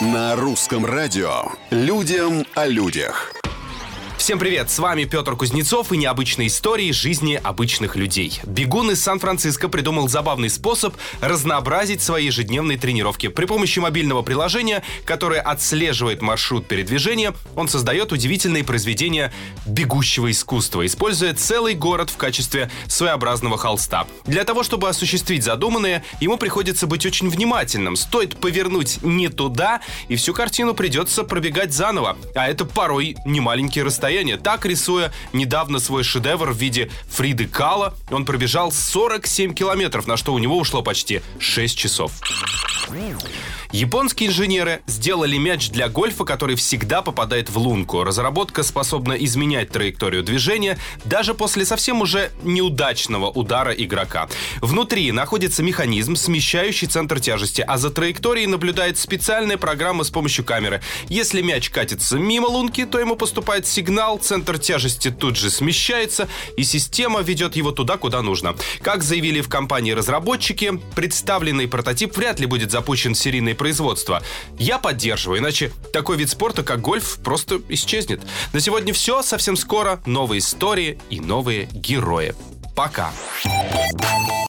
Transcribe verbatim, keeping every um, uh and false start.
На русском радио «Людям о людях». Всем привет, с вами Петр Кузнецов и необычные истории жизни обычных людей. Бегун из Сан-Франциско придумал забавный способ разнообразить свои ежедневные тренировки. При помощи мобильного приложения, которое отслеживает маршрут передвижения, он создает удивительные произведения бегущего искусства, используя целый город в качестве своеобразного холста. Для того, чтобы осуществить задуманное, ему приходится быть очень внимательным. Стоит повернуть не туда, и всю картину придется пробегать заново. А это порой немаленькие расстояния. Так, рисуя недавно свой шедевр в виде Фриды Кало, он пробежал сорок семь километров, на что у него ушло почти шесть часов. Японские инженеры сделали мяч для гольфа, который всегда попадает в лунку. Разработка способна изменять траекторию движения даже после совсем уже неудачного удара игрока. Внутри находится механизм, смещающий центр тяжести, а за траекторией наблюдает специальная программа с помощью камеры. Если мяч катится мимо лунки, то ему поступает сигнал, центр тяжести тут же смещается, и система ведет его туда, куда нужно. Как заявили в компании-разработчики, представленный прототип вряд ли будет запущен в серийное производство. Я поддерживаю, иначе такой вид спорта, как гольф, просто исчезнет. На сегодня все. Совсем скоро новые истории и новые герои. Пока.